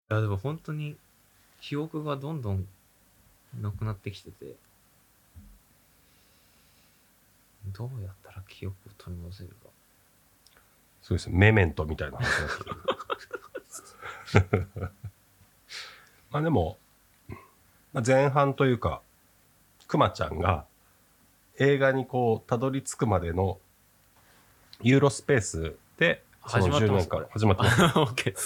いやでも本当に記憶がどんどんなくなってきてて、どうやったら記憶を取り戻せるか。 そうですね、メメントみたいな話になってる。まあでも、前半というか、くまちゃんが映画にこうたどり着くまでのユーロスペースでその始まって 10 ます年間始まってます。 OK です。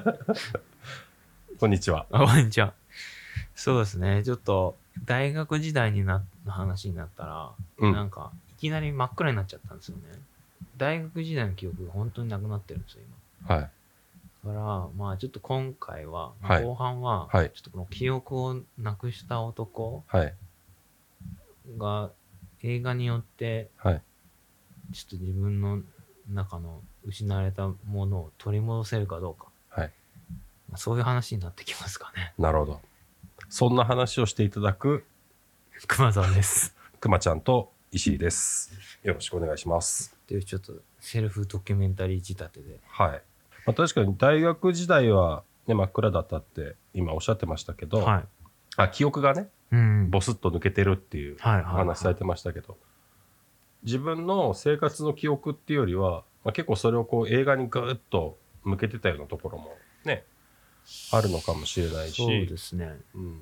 こんにちは。 こんにちは。そうですね。ちょっと大学時代の話になったら、なんかいきなり真っ暗になっちゃったんですよね。大学時代の記憶が本当になくなってるんですよ今。 はい。 だからまあちょっと今回は、 はい後半は、 はいちょっとこの記憶をなくした男はいが映画によってはい。 ちょっと自分の中の失われたものを取り戻せるかどうか、 はい。 そういう話になってきますかね。 なるほど。そんな話をしていただく熊沢です。 くまちゃんと石井です。よろしくお願いします。 というちょっとセルフドキュメンタリー仕立てで。 はい。確かに大学時代は、ね、真っ暗だったって今おっしゃってましたけど、 はい。 記憶がね、ボスッと抜けてるっていうお話されてましたけど、自分の生活の記憶っていうよりは、結構それをこう映画にぐーっと向けてたようなところもね、あるのかもしれないし、 そうですね。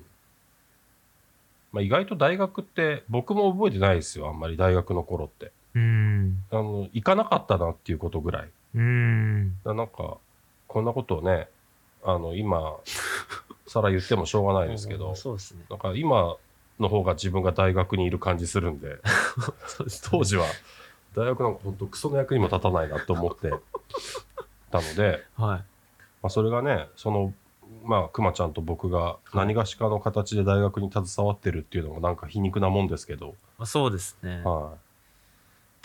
意外と大学って僕も覚えてないですよ、あんまり大学の頃って。行かなかったなっていうことぐらい。なんか、こんなことをね、今、さら言ってもしょうがないですけど、 そうですね。 なんか今の方が自分が大学にいる感じするんで、 そうですね。 当時は大学なんか本当クソの役にも立たないなと思ってたので、 はい。 それがね、くまちゃんと僕が何がしかの形で大学に携わってるっていうのもなんか皮肉なもんですけど。 そうですね。 はい。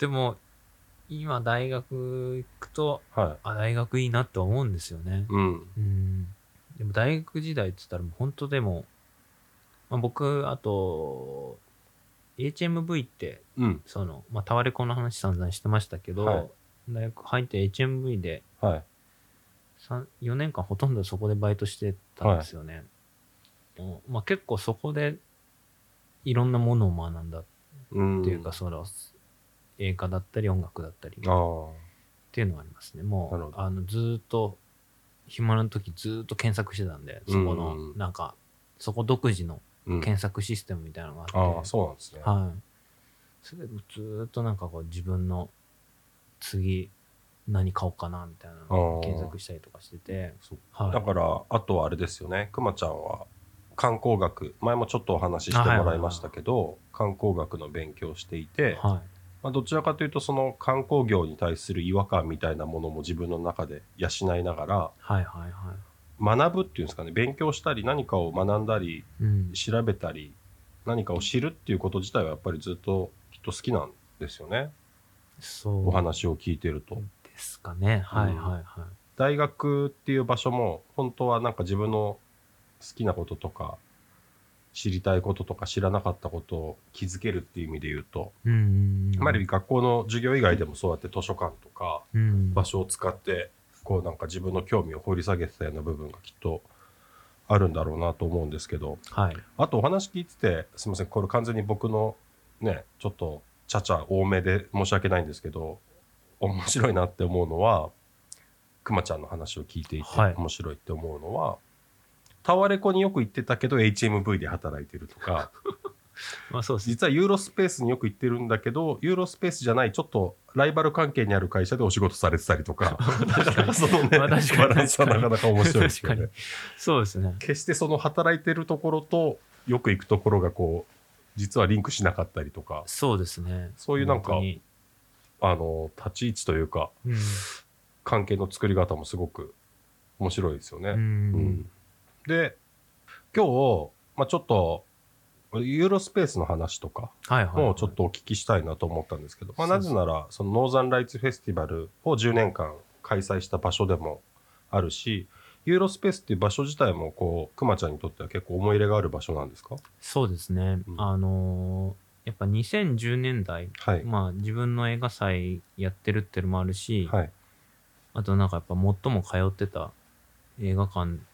でも、今大学行くと、 はい。 大学いいなって思うんですよね。でも大学時代って言ったら本当でも、僕、あと、HMV って、タワレコの話散々してましたけど、大学入って HMV で、4年間ほとんどそこでバイトしてたんですよね。結構そこでいろんなものを学んだっていうか、映画だったり音楽だったりっていうのがありますね。もう、ずっと、暇な時ずっと検索してたんで、そこの、なんか、そこ独自の検索システムみたいなのがあって。 そうなんですね。 はい。それでずっとなんかこう自分の次何買おうかなみたいなのを検索したりとかしてて。 だから、あとはあれですよね。くまちゃんは観光学、前もちょっとお話ししてもらいましたけど、観光学の勉強をしていて、どちらかというとその観光業に対する違和感みたいなものも自分の中で養いながら、学ぶっていうんですかね、勉強したり何かを学んだり、調べたり何かを知るっていうこと自体はやっぱりずっときっと好きなんですよね。お話を聞いてると。 ですかね。 大学っていう場所も本当はなんか自分の好きなこととか知りたいこととか知らなかったことを気づけるっていう意味で言うと、学校の授業以外でもそうやって図書館とか場所を使ってこうなんか自分の興味を掘り下げてたような部分がきっとあるんだろうなと思うんですけど、あとお話聞いてて、すみません、これ完全に僕のね、ちょっとちゃちゃ多めで申し訳ないんですけど、面白いなって思うのは、くまちゃんの話を聞いていて面白いって思うのは、タワレコによく行ってたけど HMV で働いてるとか実はユーロスペースによく行ってるんだけど、ユーロスペースじゃないちょっとライバル関係にある会社でお仕事されてたりとかそのね、バランスはなかなか面白いですよね。 そうですね。 決してその働いてるところとよく行くところがこう実はリンクしなかったりとか、 そうですね。 そういうなんか立ち位置というか、関係の作り方もすごく面白いですよね。で、今日、ちょっとユーロスペースの話とかもちょっとお聞きしたいなと思ったんですけど、なぜならそのノーザンライツフェスティバルを10年間開催した場所でもあるし、ユーロスペースっていう場所自体もこうくまちゃんにとっては結構思い入れがある場所なんですか？ そうですね。やっぱ2010年代、自分の映画祭やってるっていうのもあるし、あとなんかやっぱ最も通ってた映画館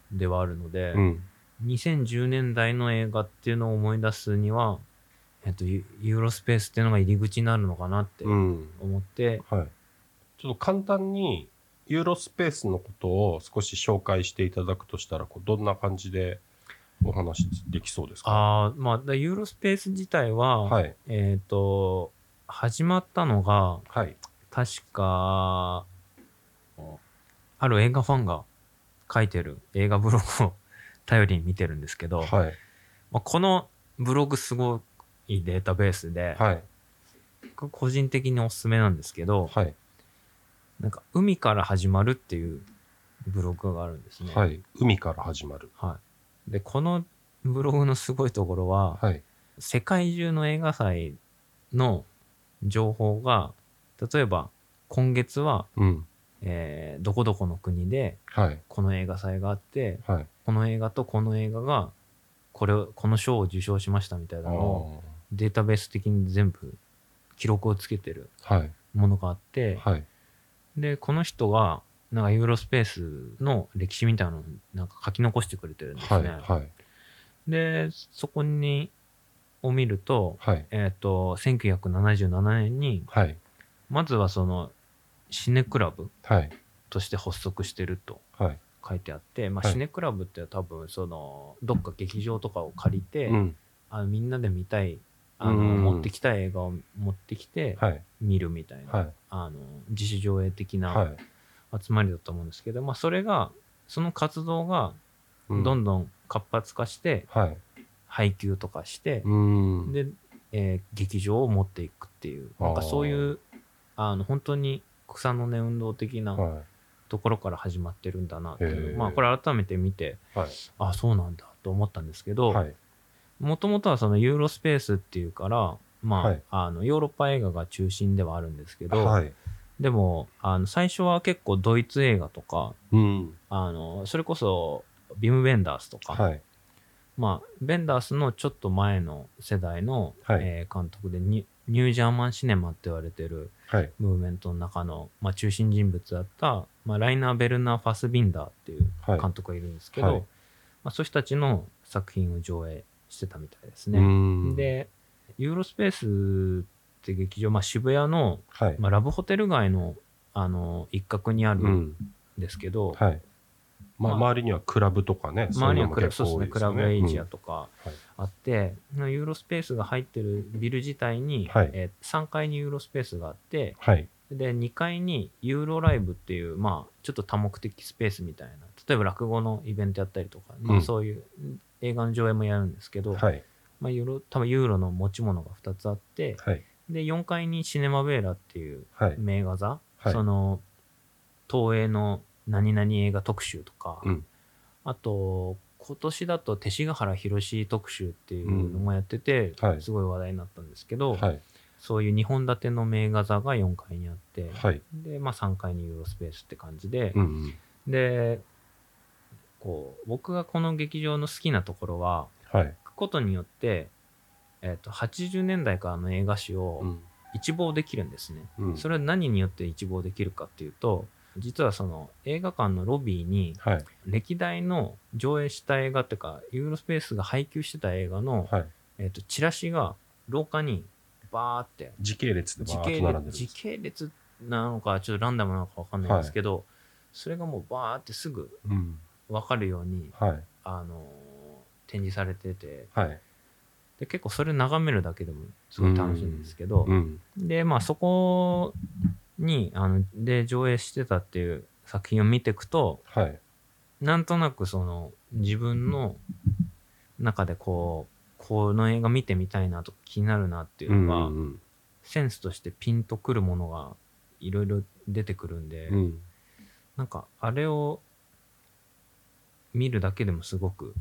ではあるので、2010年代の映画っていうのを思い出すには、ユーロスペースっていうのが入り口になるのかなって思って、 はい。ちょっと簡単にユーロスペースのことを少し紹介していただくとしたら、どんな感じでお話できそうですか？ まあ、ユーロスペース自体は、 はい。 始まったのが、 はい。 確か、ある映画ファンが書いてる映画ブログを頼りに見てるんですけど、 はい。 このブログすごいデータベースで、 はい。 個人的におすすめなんですけど、 はい。 なんか海から始まるっていうブログがあるんですね。 はい。海から始まる。 はい。で、このブログのすごいところは、 はい。 世界中の映画祭の情報が、例えば今月は、どこどこの国でこの映画祭があって、 はい、 この映画とこの映画がこの賞を受賞しましたみたいなのをデータベース的に全部記録をつけてるものがあって、 はい、 でこの人がなんかユーロスペースの歴史みたいなのをなんか書き残してくれてるんですね。 はい、 でそこにを見ると、1977年に、まずはそのシネクラブとして発足してると書いてあって、シネクラブって多分そのどっか劇場とかを借りて、みんなで見たい持ってきたい映画を持ってきて見るみたいな、自主上映的な集まりだと思うんですけど、それがその活動がどんどん活発化して、配給とかして、で、劇場を持っていくっていう、なんかそういう本当に草の根運動的なところから始まってるんだなっていうのを、これ改めて見て、そうなんだと思ったんですけど、もともとはそのユーロスペースっていうから、ヨーロッパ映画が中心ではあるんですけど、でも最初は結構ドイツ映画とか、それこそビム・ベンダースとか、ベンダースのちょっと前の世代の、監督でニュージャーマンシネマって言われてるムーブメントの中の、中心人物だった、ライナー・ベルナー・ファスビンダーっていう監督がいるんですけど、そういう人たちの作品を上映してたみたいですね。で、ユーロスペースって劇場、渋谷の、ラブホテル街の、一角にあるんですけど、 周りにはクラブとかね、 周りにはクラブ、そうですね、クラブエイジアとかあって、ユーロスペースが入ってるビル自体に、3階にユーロスペースがあって、で、2階にユーロライブっていう、ちょっと多目的スペースみたいな、例えば落語のイベントやったりとか、そういう映画の上映もやるんですけど、多分ユーロの持ち物が2つあって、で、4階にシネマベーラっていう名画座、その、東映の何々映画特集とか、あと今年だと勅使河原宏特集っていうのもやってて、すごい話題になったんですけど、そういう2本立ての名画座が4階にあって、で、3階にユーロスペースって感じで、で僕がこの劇場の好きなところは、行くことによって、80年代からの映画史を一望できるんですね。それは何によって一望できるかっていうと、実はその映画館のロビーに歴代の上映した映画っていうか、ユーロスペースが配給してた映画の、チラシが廊下にバーって時系列でバーッと並んでるんです。 時系列なのかちょっとランダムなのか分かんないんですけど、それがもうバーってすぐ分かるように、展示されてて、で結構それ眺めるだけでもすごい楽しいんですけど、でそこにで上映してたっていう作品を見ていくと、なんとなくその自分の中でこの映画見てみたいなと気になるなっていうのが、センスとしてピンとくるものがいろいろ出てくるんで、なんかあれを見るだけでもすごく、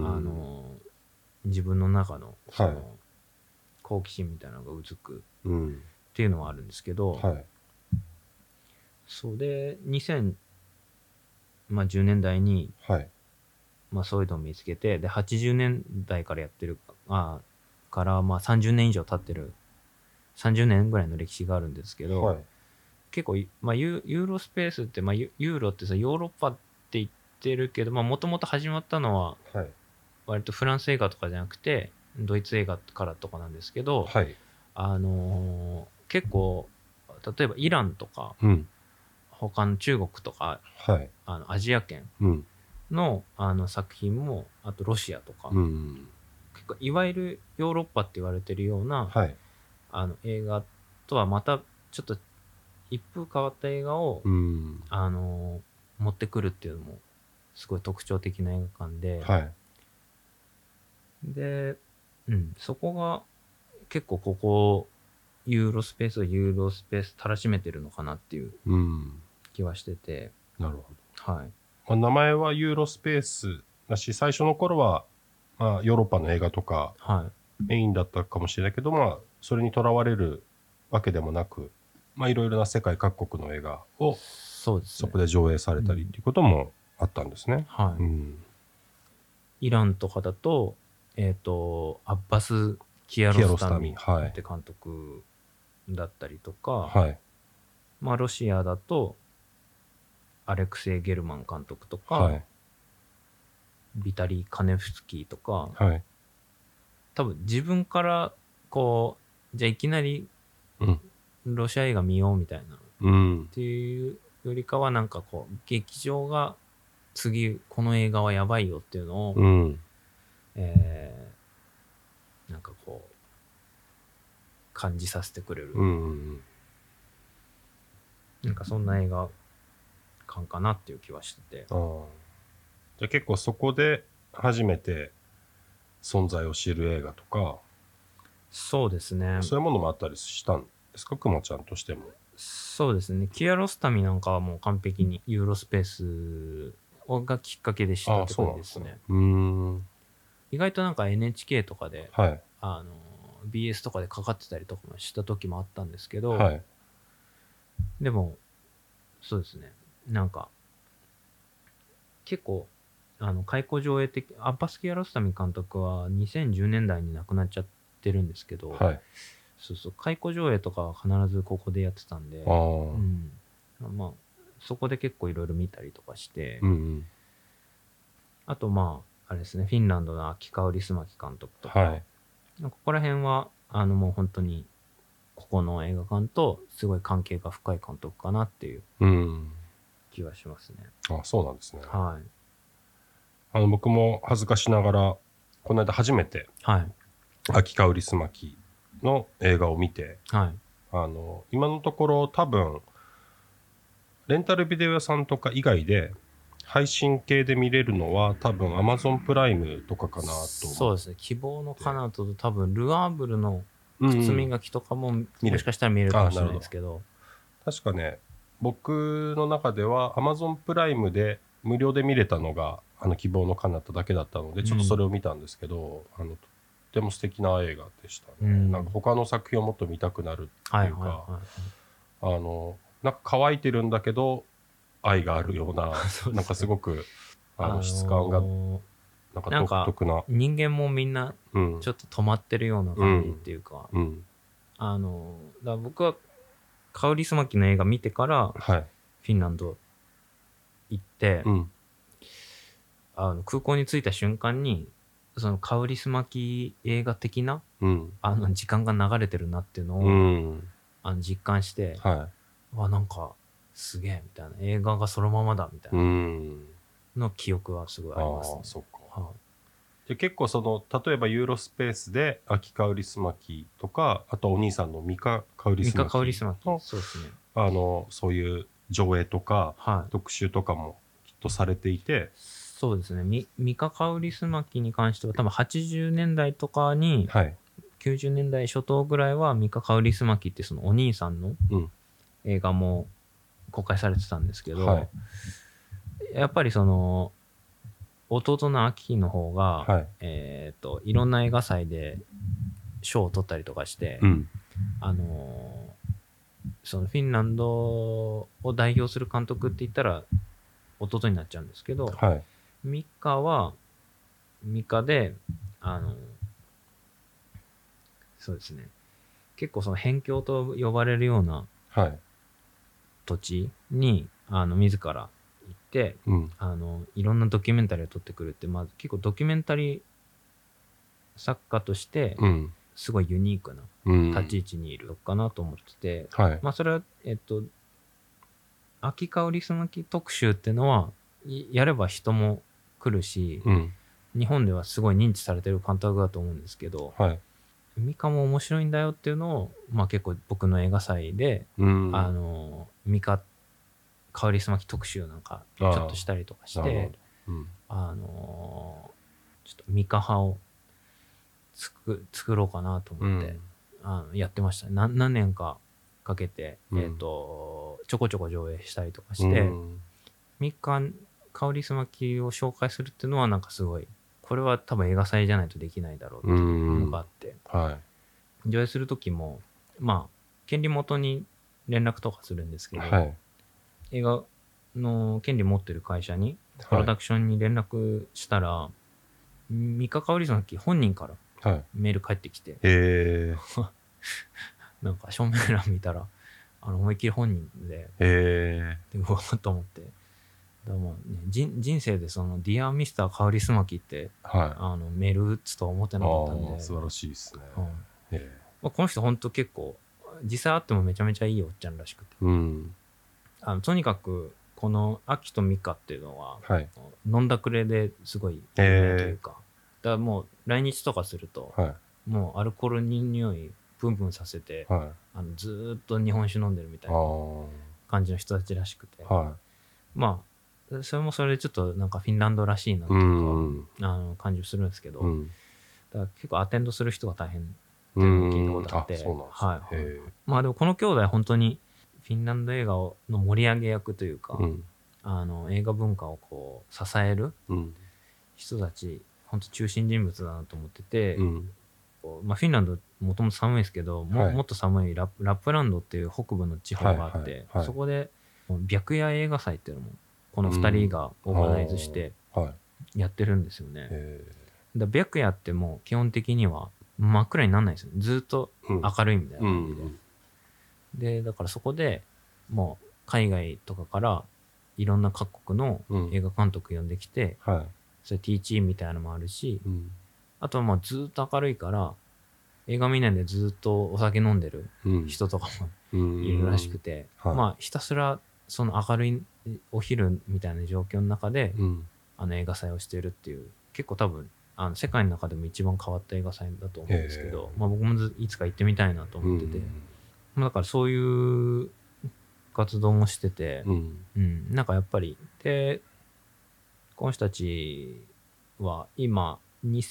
自分の中のその好奇心みたいなのがうずくっていうのはあるんですけど、そうで2010年代に、そういうのを見つけて、で80年代からやってるから30年以上経ってる30年ぐらいの歴史があるんですけど、結構ユーロスペースって、ユーロってさヨーロッパって言ってるけど、もともと始まったのは、割とフランス映画とかじゃなくて、ドイツ映画からとかなんですけど、 はい、 結構、例えばイランとか、 うん、 他の中国とか、 はい、 アジア圏の、作品も、あとロシアとか、 うん、 結構いわゆるヨーロッパって言われてるような、 はい、 映画とはまたちょっと一風変わった映画を、 うん、 持ってくるっていうのもすごい特徴的な映画館で、 はい、 で、そこが結構ここユーロスペースたらしめてるのかなっていう気はしてて、 なるほど。はい。 名前はユーロスペースだし、最初の頃は、ヨーロッパの映画とかメインだったかもしれないけど、それにとらわれるわけでもなく、いろいろな世界各国の映画をそこで上映されたりっていうこともあったんですね。 はい。イランとかだと、アッバス・キアロスタミって監督だったりとか、 はい、 ロシアだとアレクセイ・ゲルマン監督とか、 はい、 ビタリー・カネフスキーとか、 はい、 多分自分からこうじゃあいきなりロシア映画見ようみたいな、っていうよりかはなんかこう劇場が次この映画はやばいよっていうのを、なんかこう感じさせてくれる、なんかそんな映画館かなっていう気はしてて、 じゃあ結構そこで初めて存在を知る映画とか、 そうですね、 そういうものもあったりしたんですか、くまちゃんとしても。 そうですね、キアロスタミなんかはもう完璧にユーロスペースがきっかけでしたって感じですね。意外となんか NHK とかで、BS とかでかかってたりとかもした時もあったんですけど、でもそうですね、なんか結構開口上映的、アッバス・キアロスタミ監督は2010年代に亡くなっちゃってるんですけど、そうそう、開口上映とかは必ずここでやってたんで、そこで結構いろいろ見たりとかして、あとあれですね、フィンランドの秋香りすまき監督とか、ここら辺はもう本当にここの映画館とすごい関係が深い監督かなっていう気はしますね。 そうなんですね。僕も恥ずかしながらこの間初めて秋香りすまきの映画を見て、今のところ多分レンタルビデオ屋さんとか以外で配信系で見れるのは多分 Amazon プライムとかかなと。 そうですね、希望の彼方と多分ルアーブルの靴磨きとかももしかしたら見れるかもしれないですけど、 確かね、僕の中では Amazon プライムで無料で見れたのが希望の彼方だけだったので、ちょっとそれを見たんですけど、とっても素敵な映画でしたね。なんか他の作品をもっと見たくなるっていうか、なんか乾いてるんだけど愛があるようななんかすごく質感がなんか独特な、 人間もみんなちょっと止まってるような感じっていうか、だから僕は香りすまきの映画見てからフィンランド行って、空港に着いた瞬間にその香りすまき映画的な、時間が流れてるなっていうのを、実感して、なんかすげえみたいな、映画がそのままだみたいなの記憶はすごいありますね。 そうか。で結構例えばユーロスペースで秋香りすまきとか、あとお兄さんのミカ香りすまきのそうですね、 そういう上映とか、特集とかもきっとされていて、 そうですね、ミカ香りすまきに関しては多分80年代とかに、90年代初頭ぐらいはミカ香りすまきってそのお兄さんの映画も公開されてたんですけど、やっぱりその弟の秋の方が、いろんな映画祭で賞を取ったりとかして、そのフィンランドを代表する監督って言ったら弟になっちゃうんですけど、ミカはミカでそうですね、結構その辺境と呼ばれるような土地に自ら行って、いろんなドキュメンタリーを撮ってくるって、まあ、結構ドキュメンタリー作家としてすごいユニークな立ち位置にいるのかなと思ってて、まあそれは秋香りすまき特集っていうのはやれば人も来るし、日本ではすごい認知されてる監督だと思うんですけど、ミカも面白いんだよっていうのを、まあ、結構僕の映画祭で、ミカ香りすまき特集なんかちょっとしたりとかして、ちょっとミカ派を作ろうかなと思って、やってましたね。何年かかけて、ちょこちょこ上映したりとかして、ミカ香りすまきを紹介するっていうのはなんかすごい、これは多分映画祭じゃないとできないだろうっていうのがあって、上映する時もまあ権利元に連絡とかするんですけど、映画の権利持ってる会社にプロダクションに連絡したら、ミカ香りすまき本人からメール返ってきて、なんか証明欄見たら思いっきり本人で、でうわっと思って、だまあね、人生でそのディアミスター香りすまきって、メール打つとは思ってなかったんで、 素晴らしいですね。 まあ、この人本当結構実際会ってもめちゃめちゃいいおっちゃんらしくて、とにかくこの秋とミカっていうのは、飲んだくれですごい有名というか、だからもう来日とかすると、もうアルコールに匂いプンプンさせて、ずーっと日本酒飲んでるみたいな感じの人たちらしくて、まあそれもそれでちょっとなんかフィンランドらしいなっていうか、感じするんですけど、だから結構アテンドする人が大変っていうのを聞いたことあって、まあでもこの兄弟本当にフィンランド映画の盛り上げ役というか、映画文化をこう支える人たち、本当中心人物だなと思ってて、まあ、フィンランドもともと寒いですけど、もっと寒いラップランドっていう北部の地方があって、そこで白夜映画祭っていうのもこの2人がオーガナイズしてやってるんですよね。だ白夜ってもう基本的には真っ暗にならないですよね。ずっと明るいみたいな感じで。でだからそこでもう海外とかからいろんな各国の映画監督呼んできて、それ TT みたいなのもあるし、あとはまあずっと明るいから映画見ないでずっとお酒飲んでる人とかもいるらしくて、まあひたすらその明るいお昼みたいな状況の中で、映画祭をしてるっていう、結構多分世界の中でも一番変わった映画祭だと思うんですけど、まあ、僕もいつか行ってみたいなと思ってて、だからそういう活動もしてて、なんかやっぱりでこの人たちは今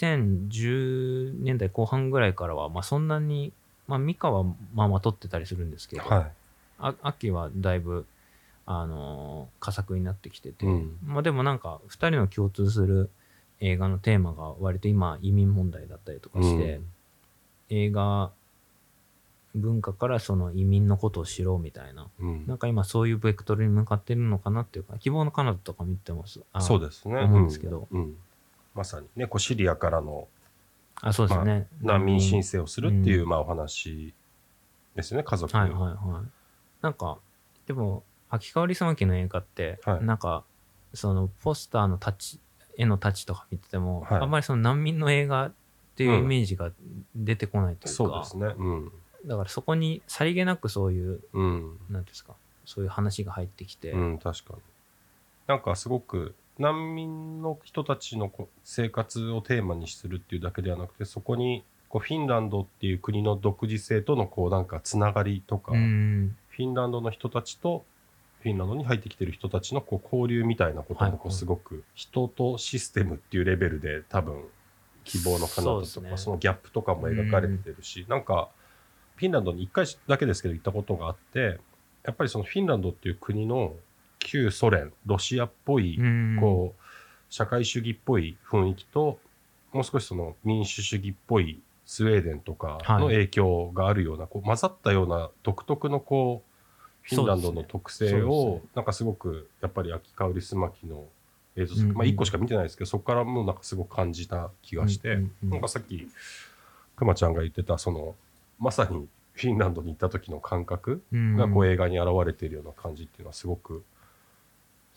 2010年代後半ぐらいからは、まあ、そんなに、まあ、ミカはまあまあ撮ってたりするんですけど、秋はだいぶ佳作になってきてて、まあ、でもなんか2人の共通する映画のテーマが割と今移民問題だったりとかして、映画文化からその移民のことを知ろうみたいな、なんか今そういうベクトルに向かってるのかなっていうか、希望の彼女とか見てもそうですね、 思うんですけど、 まさにねこうシリアからのそうですね、 難民申請をするっていう、まあお話ですね、家族に。 なんかでも秋香りさまきの映画って、なんかそのポスターの絵のタッチとか見てても、あんまりその難民の映画っていうイメージが出てこないというか、 そうですね、 だからそこにさりげなくそういう、なんですか、そういう話が入ってきて、 確かになんかすごく難民の人たちの生活をテーマにするっていうだけではなくて、そこにこうフィンランドっていう国の独自性とのこうなんかつながりとか、フィンランドの人たちとフィンランドに入ってきてる人たちのこう交流みたいなこともこうすごく人とシステムっていうレベルで多分希望の彼方とかそのギャップとかも描かれてるし、なんかフィンランドに1回だけですけど行ったことがあって、やっぱりそのフィンランドっていう国の旧ソ連ロシアっぽいこう社会主義っぽい雰囲気と、もう少しその民主主義っぽいスウェーデンとかの影響があるようなこう混ざったような独特のこうフィンランドの特性をなんかすごくやっぱり秋香りすまきの映像、まあ1個しか見てないですけど、そこからもうなんかすごく感じた気がして、なんかさっきくまちゃんが言ってたそのまさにフィンランドに行った時の感覚がこう映画に現れているような感じっていうのはすごく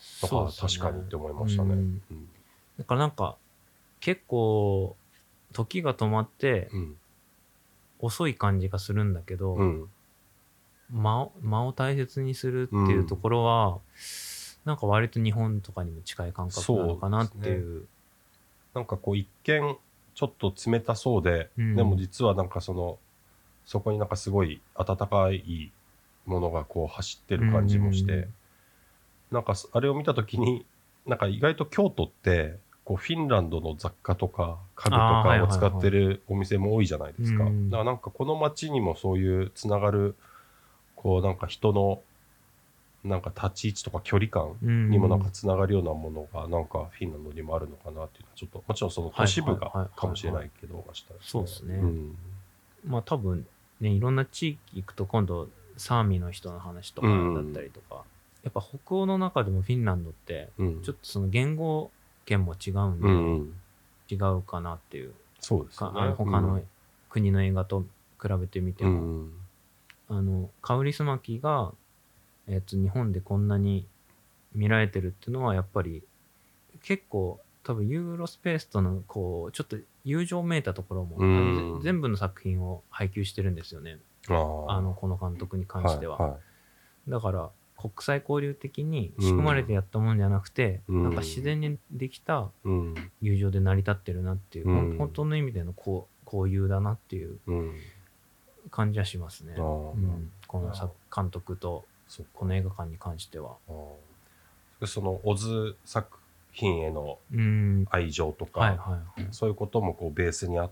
だから確かにって思いましたね。 だからなんか結構時が止まって遅い感じがするんだけど、間を大切にするっていうところは、なんか割と日本とかにも近い感覚なのかなっていう。 なんかこう一見ちょっと冷たそうで、でも実はなんかそこになんかすごい温かいものがこう走ってる感じもして、なんかあれを見たときに、なんか意外と京都ってこうフィンランドの雑貨とか家具とかを使ってるお店も多いじゃないですか。だからなんかこの街にもそういうつながるこうなんか人のなんか立ち位置とか距離感にもなんかつながるようなものがなんかフィンランドにもあるのかなっていうのはちょっともちろんその都市部がかもしれないけどそうですね。まあ多分ねいろんな地域行くと今度サーミの人の話とかだったりとか、やっぱ北欧の中でもフィンランドってちょっとその言語圏も違うんで違うかなっていう。 そうですね。 他の国の映画と比べてみても、カウリスマキが日本でこんなに見られてるっていうのはやっぱり結構多分ユーロスペースとのこうちょっと友情めいたところも全部の作品を配給してるんですよね。この監督に関しては。だから国際交流的に仕組まれてやったもんじゃなくて、なんか自然にできた友情で成り立ってるなっていう、本当の意味での交友だなっていう感じはしますね。この監督とこの映画館に関しては。 そのオズ作品への愛情とかそういうこともこうベースにあって、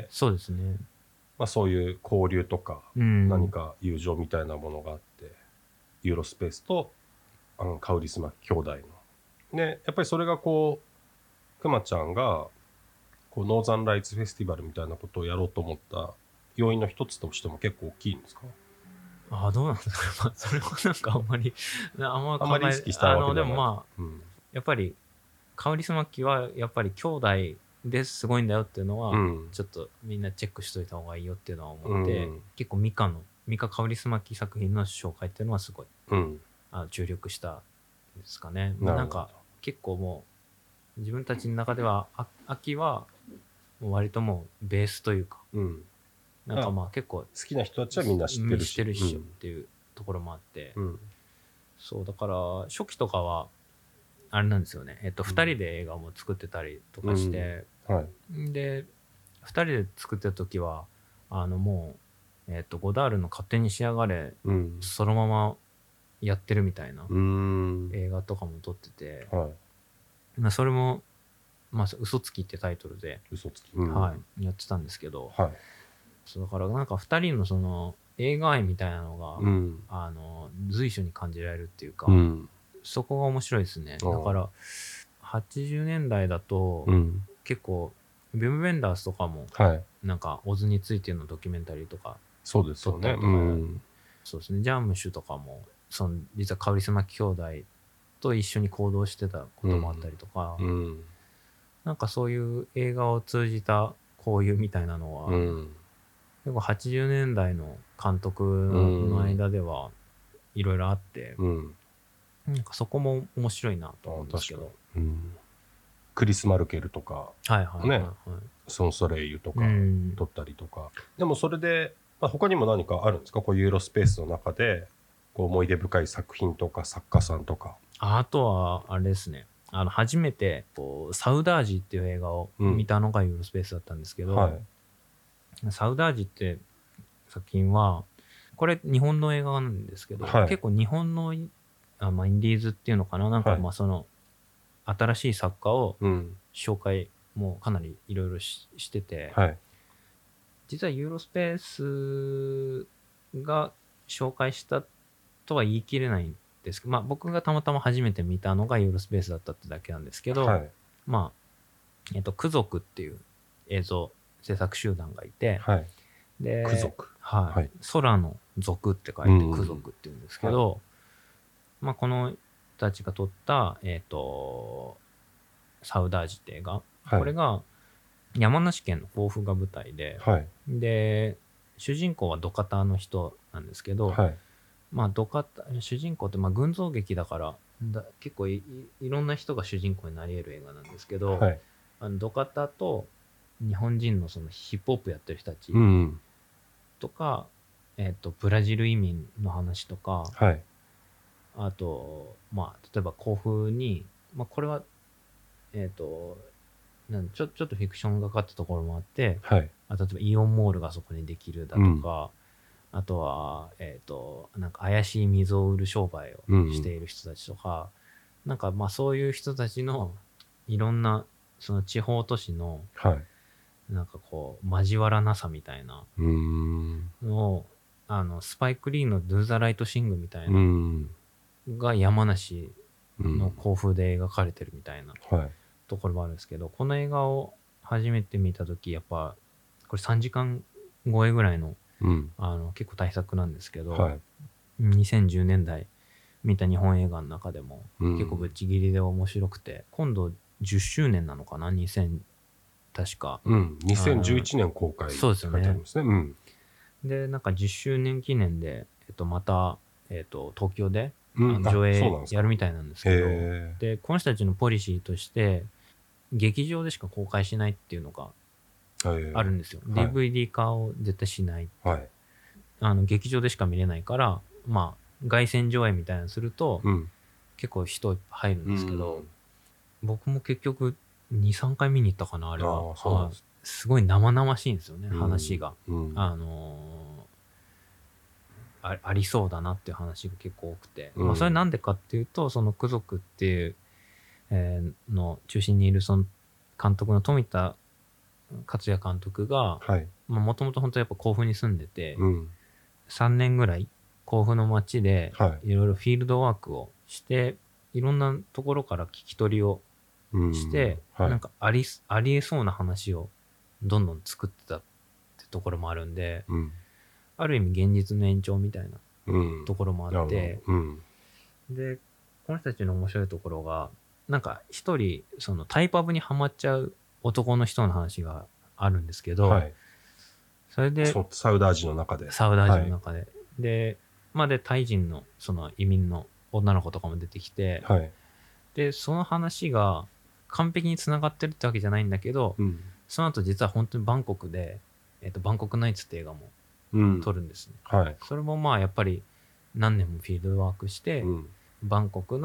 そうですね。 まあそういう交流とか何か友情みたいなものがあって、ユーロスペースとカウリスマキ兄弟のでやっぱりそれがこうくまちゃんがこうノーザンライツフェスティバルみたいなことをやろうと思った要因の一つとしても結構大きいんですか？ どうなんですか。それはなんかあんまり意識したわけではない。 でもまあ、やっぱりカウリスマキはやっぱり兄弟ですごいんだよっていうのは、ちょっとみんなチェックしといた方がいいよっていうのは思って、結構ミカカウリスマキ作品の紹介っていうのはすごい、注力したんですかね。なんか結構もう自分たちの中では秋はもう割ともうベースというか、なんかまあ結構好きな人たちはみんな知ってるしっていうところもあって、そうだから初期とかはあれなんですよね。2人で映画も作ってたりとかして、で2人で作ってた時はもうゴダールの勝手に仕上がれ、そのままやってるみたいな映画とかも撮ってて、それもまあ嘘つきってタイトルでやってたんですけど、だからなんか2人のその映画愛みたいなのが、随所に感じられるっていうか、そこが面白いですね。だから80年代だと、結構ビム・ベンダースとかも、なんかオズについてのドキュメンタリーとかそうですよね。 そうですね。ジャムシュとかも実はカウリスマキ兄弟と一緒に行動してたこともあったりとか、なんかそういう映画を通じた交流みたいなのは、結構80年代の監督の間ではいろいろあって、なんかそこも面白いなと思うんですけど。 クリス・マルケルとか、ソン・ソレイユとか撮ったりとか。でもそれで、他にも何かあるんですか？こうユーロスペースの中でこう思い出深い作品とか作家さんとか。 あとはあれですね。初めてサウダージっていう映画を見たのがユーロスペースだったんですけど、サウダージって作品はこれ日本の映画なんですけど、結構日本のインディーズっていうのかな、なんかまあその新しい作家を紹介もかなりいろいろしてて、実はユーロスペースが紹介したとは言い切れないんですけど、まあ僕がたまたま初めて見たのがユーロスペースだったってだけなんですけど、まあク族っていう映像制作集団がいて、でク族、 空の族って書いてク族っていうんですけど、まあこの人たちが撮ったサウダージって映画、これが山梨県の甲府が舞台で、で主人公は土方の人なんですけど、まあ主人公ってまあ群像劇だから結構いろんな人が主人公になり得る映画なんですけど、 はい、 土方と日本人のそのヒップホップやってる人たちとか、ブラジル移民の話とか、 はい、 あと、まあ、例えば甲府に、まあ、これは、ちょっとフィクションがかったところもあって、 はい、 例えばイオンモールがそこにできるだとか、あとは、なんか怪しい水を売る商売をしている人たちとか、なんかまあそういう人たちのいろんなその地方都市の、なんかこう交わらなさみたいなのを、スパイク・リーのドゥ・ザ・ライト・シングみたいなが山梨の甲府で描かれてるみたいなところもあるんですけど、この映画を初めて見たとき、やっぱこれ3時間超えぐらいの、結構大作なんですけど、2010年代見た日本映画の中でも結構ぶっちぎりで面白くて、今度10周年なのかな、確か。 2011年公開って書いてありますね。 で、なんか10周年記念で、また、東京で、上映やるみたいなんですけど、で、この人たちのポリシーとして、劇場でしか公開しないっていうのがあるんですよ。DVD 化を絶対しない。劇場でしか見れないから、まあ、凱旋上映みたいなのすると、結構人いっぱい入るんですけど、僕も結局2、3回見に行ったかな、あれは。すごい生々しいんですよね、話が。ありそうだなっていう話が結構多くて、まあそれなんでかっていうと、そのク族っていう、の中心にいるその監督の富田克也監督が、もともと本当やっぱ甲府に住んでて、3年ぐらい甲府の街でいろいろフィールドワークをして、いろんなところから聞き取りをして、なんかありえそうな話をどんどん作ってたってところもあるんで、ある意味現実の延長みたいなところもあって、で、この人たちの面白いところが、なんか一人、そのタイパブにはまっちゃう男の人の話があるんですけど、それで、 サウダージの中で。 で、まあで、タイ人のその移民の女の子とかも出てきて、で、その話が完璧に繋がってるってわけじゃないんだけど、その後実は本当にバンコクで、バンコクナイツって映画も撮るんですね。それもまあやっぱり何年もフィールドワークして、バンコク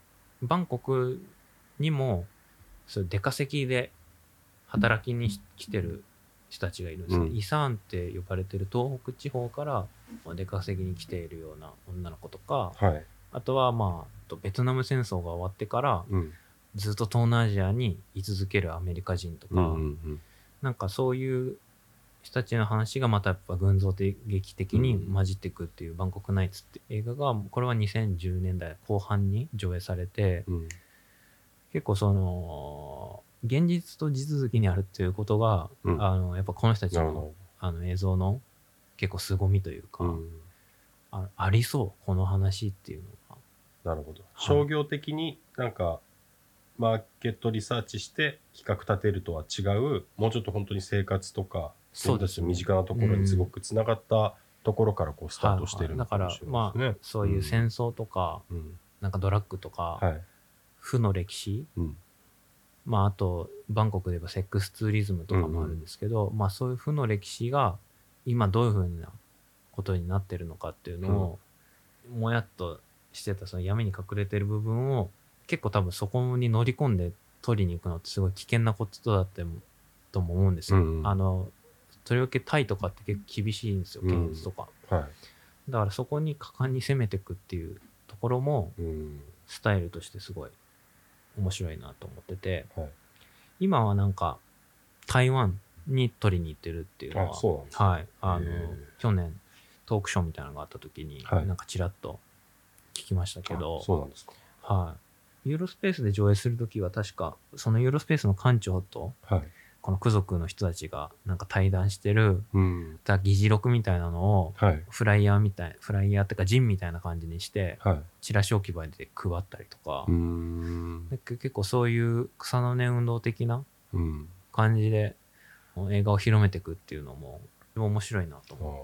にもそういう出稼ぎで働きに来てる人たちがいるんですね。イサーンって呼ばれてる東北地方から出稼ぎに来ているような女の子とか、あとはまあベトナム戦争が終わってから、ずっと東南アジアに居続けるアメリカ人とか、なんかそういう人たちの話がまたやっぱ群像劇的に混じっていくっていうバンコクナイツって映画が、これは2010年代後半に上映されて、結構その現実と地続きにあるっていうことが、やっぱこの人たちの映像の結構凄みというか、ありそうこの話っていうのが。なるほど。商業的になんかマーケットリサーチして企画立てるとは違う、もうちょっと本当に生活とかそうですね、身近なところにすごくつながったところからこうスタートしてるのかもしれないですね。 だからまあそういう戦争とか、なんかドラッグとか、負の歴史、まああとバンコクで言えばセックスツーリズムとかもあるんですけど、まあそういう負の歴史が今どういうふうなことになってるのかっていうのを、もやっとしてたその闇に隠れてる部分を結構多分そこに乗り込んで取りに行くのってすごい危険なことだってとも思うんですよ。とりわけタイとかって結構厳しいんですよ、検閲とか。だからそこに果敢に攻めていくっていうところも、スタイルとしてすごい面白いなと思ってて、今はなんか台湾に取りに行ってるっていうのは、去年トークショーみたいなのがあった時に、なんかちらっと聞きましたけど、 そうなんですか。 ユーロスペースで上映するときは確かそのユーロスペースの館長と、このク族の人たちがなんか対談してる、議事録みたいなのを、フライヤーっていうかジンみたいな感じにして、チラシ置き場で配ったりとか、結構そういう草の根運動的な感じで映画を広めていくっていうのも面白いなと思って。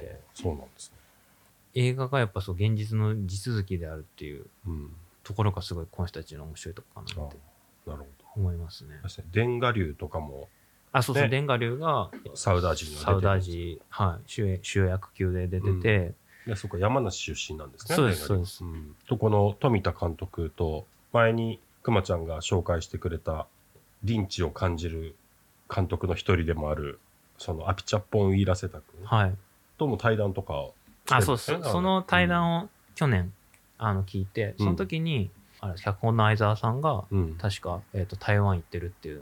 そうなんですね。 映画がやっぱそう現実の地続きであるっていうところがすごいこの人たちの面白いとこかなってなるほど思いますね。 デンガ流とかもそうそう、デンガ流がサウダージにサウダージ、はい、主役級で出てて、 そうか、山梨出身なんですね。 そうです、そうです。 と、この富田監督と、前にくまちゃんが紹介してくれた、リンチを感じる監督の一人でもある、そのアピチャッポン・ウィーラセタ君とも対談とかをしてるんですね。 そう、その対談を去年、聞いて、その時に、脚本の相沢さんが、確か、台湾行ってるっていう、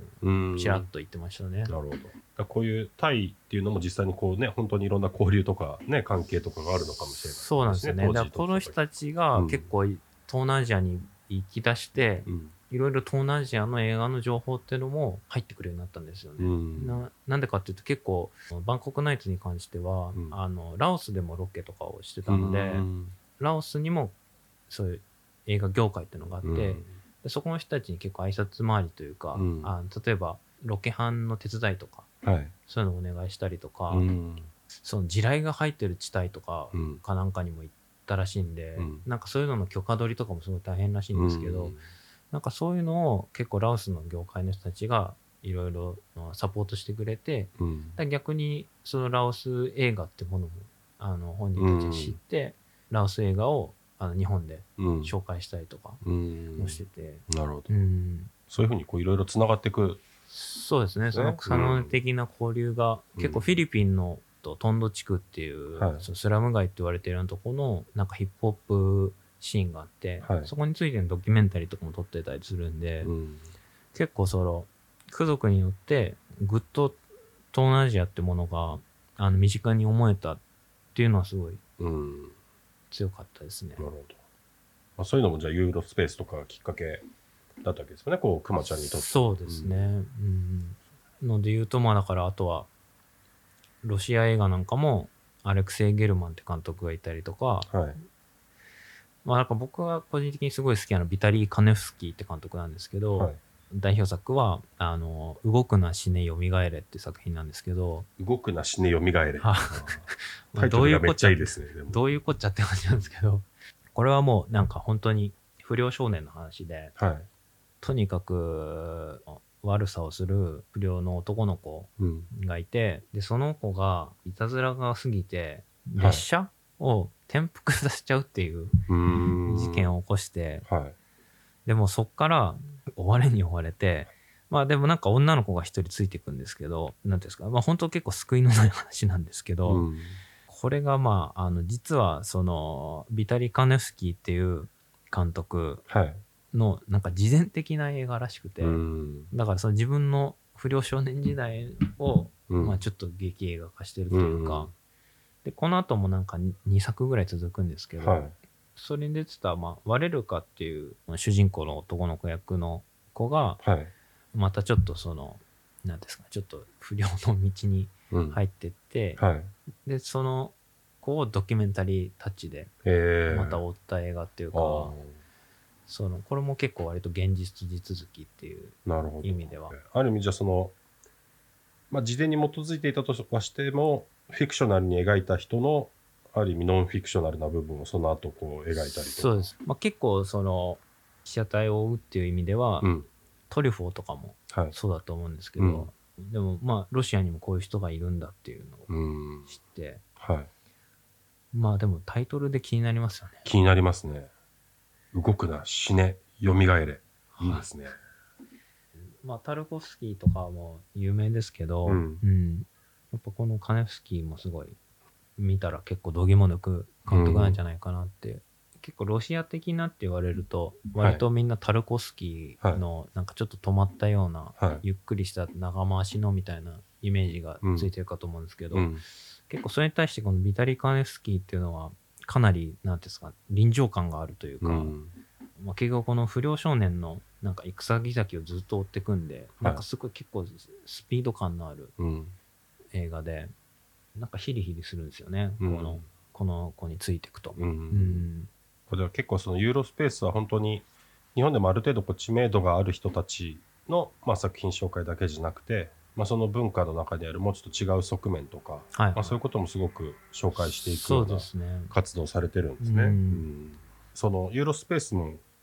ちらっと言ってましたね。 なるほど。こういうタイっていうのも実際にこうね、本当にいろんな交流とかね、関係とかがあるのかもしれない、ね。 そうなんですよね。だからこの人たちが結構、東南アジアに行き出して、いろいろ東南アジアの映画の情報っていうのも入ってくるようになったんですよね。なんでかっていうと結構、バンコクナイツに関しては、ラオスでもロケとかをしてたので、ラオスにもそういう映画業界っていうのがあって、でそこの人たちに結構挨拶回りというか、例えばロケハンの手伝いとか、そういうのをお願いしたりとか、その地雷が入ってる地帯とかかなんかにも行ったらしいんで、なんかそういうのの許可取りとかもすごい大変らしいんですけど、なんかそういうのを結構ラオスの業界の人たちがいろいろサポートしてくれて、逆にそのラオス映画ってものも本人たちが知って、ラオス映画を日本で紹介したりとかもしてて、 なるほど、そういうふうにこういろいろつながっていく。 そうですね。その草の根的な交流が、結構フィリピンのトンド地区っていう、スラム街って言われてるようなところのなんかヒップホップシーンがあって、そこについてのドキュメンタリーとかも撮ってたりするんで、結構その区族によってぐっと東南アジアってものが身近に思えたっていうのはすごい強かったですね。 なるほど。そういうのもじゃあユーロスペースとかきっかけだったわけですよね、こうくまちゃんにとって。 そうですね。ので言うと、まあだからあとはロシア映画なんかもアレクセイ・ゲルマンって監督がいたりとか、まあなんか僕は個人的にすごい好きなビタリー・カネフスキーって監督なんですけど、代表作は動くな死ねよみがえれっていう作品なんですけど、 動くな死ねよみがえれ。タイトルがめっちゃいいですね。 どういうこっちゃって感じなんですけど、これはもうなんか本当に不良少年の話で、とにかく悪さをする不良の男の子がいて、でその子がいたずらが過ぎて列車を転覆させちゃうっていう事件を起こして、でもそっから追われに追われて、まあでもなんか女の子が一人ついていくんですけど、なんていうんですか、まあ本当結構救いのない話なんですけど、これがまあ実はそのビタリ・カネフスキーっていう監督のなんか自伝的な映画らしくて、だからその自分の不良少年時代をまあちょっと劇映画化してるというか、でこの後もなんか2作ぐらい続くんですけど、それに出てたまあワレルカっていう主人公の男の子役の子がまたちょっとそのなんですか、ちょっと不良の道に入ってって、でその子をドキュメンタリータッチでまた追った映画っていうか、そのこれも結構割と現実地続きっていう意味では、 ある意味じゃその、まあ、事前に基づいていたとはしてもフィクショナルに描いた人のある意味ノンフィクショナルな部分をその後こう描いたりとか。 そうです、まあ、結構その被写体を追うっていう意味では、トリュフォーとかもそうだと思うんですけど、でもまあロシアにもこういう人がいるんだっていうのを知って、まあでもタイトルで気になりますよね。 気になりますね。動くな死ねよみがえれ、いいですね。 まあタルコフスキーとかも有名ですけど、やっぱこのカネフスキーもすごい見たら結構度肝抜く監督なんじゃないかなって、結構ロシア的なって言われると割とみんなタルコフスキーのなんかちょっと止まったような、ゆっくりした長回しのみたいなイメージがついてるかと思うんですけど、結構それに対してこのビタリー・カネフスキーっていうのはかなりなんていうんですか、臨場感があるというか、まあ、結局この不良少年のなんか戦ぎ先をずっと追っていくんで、なんかすごい結構スピード感のある映画で、なんかヒリヒリするんですよね、この子についていくと。 これは結構そのユーロスペースは本当に日本でもある程度こう知名度がある人たちの、まあ、作品紹介だけじゃなくて、まあ、その文化の中にあるもうちょっと違う側面とか、まあ、そういうこともすごく紹介していくような活動をされてるんですね。そのユーロスペースも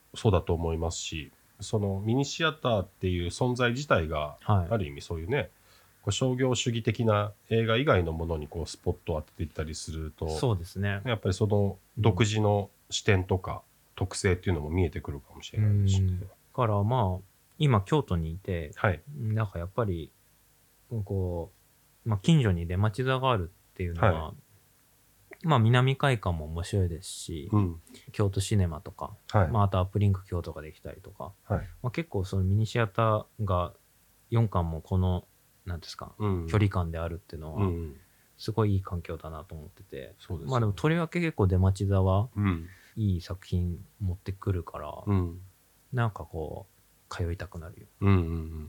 そうだと思いますし、そのミニシアターっていう存在自体が、 はい、 ある意味そういうね、こう商業主義的な映画以外のものにこうスポットを当てていったりすると、 そうですね。 やっぱりその独自の視点とか特性っていうのも見えてくるかもしれないですしね。 だからまあ今京都にいて、 はい。 なんかやっぱりこう、まあ、近所に出町座があるっていうのは、 はまあ南会館も面白いですし、 うん。 京都シネマとか、 はい。 まあ、あとアップリンク京都ができたりとか、 はい。 まあ、結構そのミニシアターが4館もこのなんですか、 うん。 距離感であるっていうのは、 うん。 すごいいい環境だなと思ってて、 そうですね。 まあでもとりわけ結構出町座はうん。 いい作品持ってくるから、 うん。 なんかこう通いたくなるようん。うん。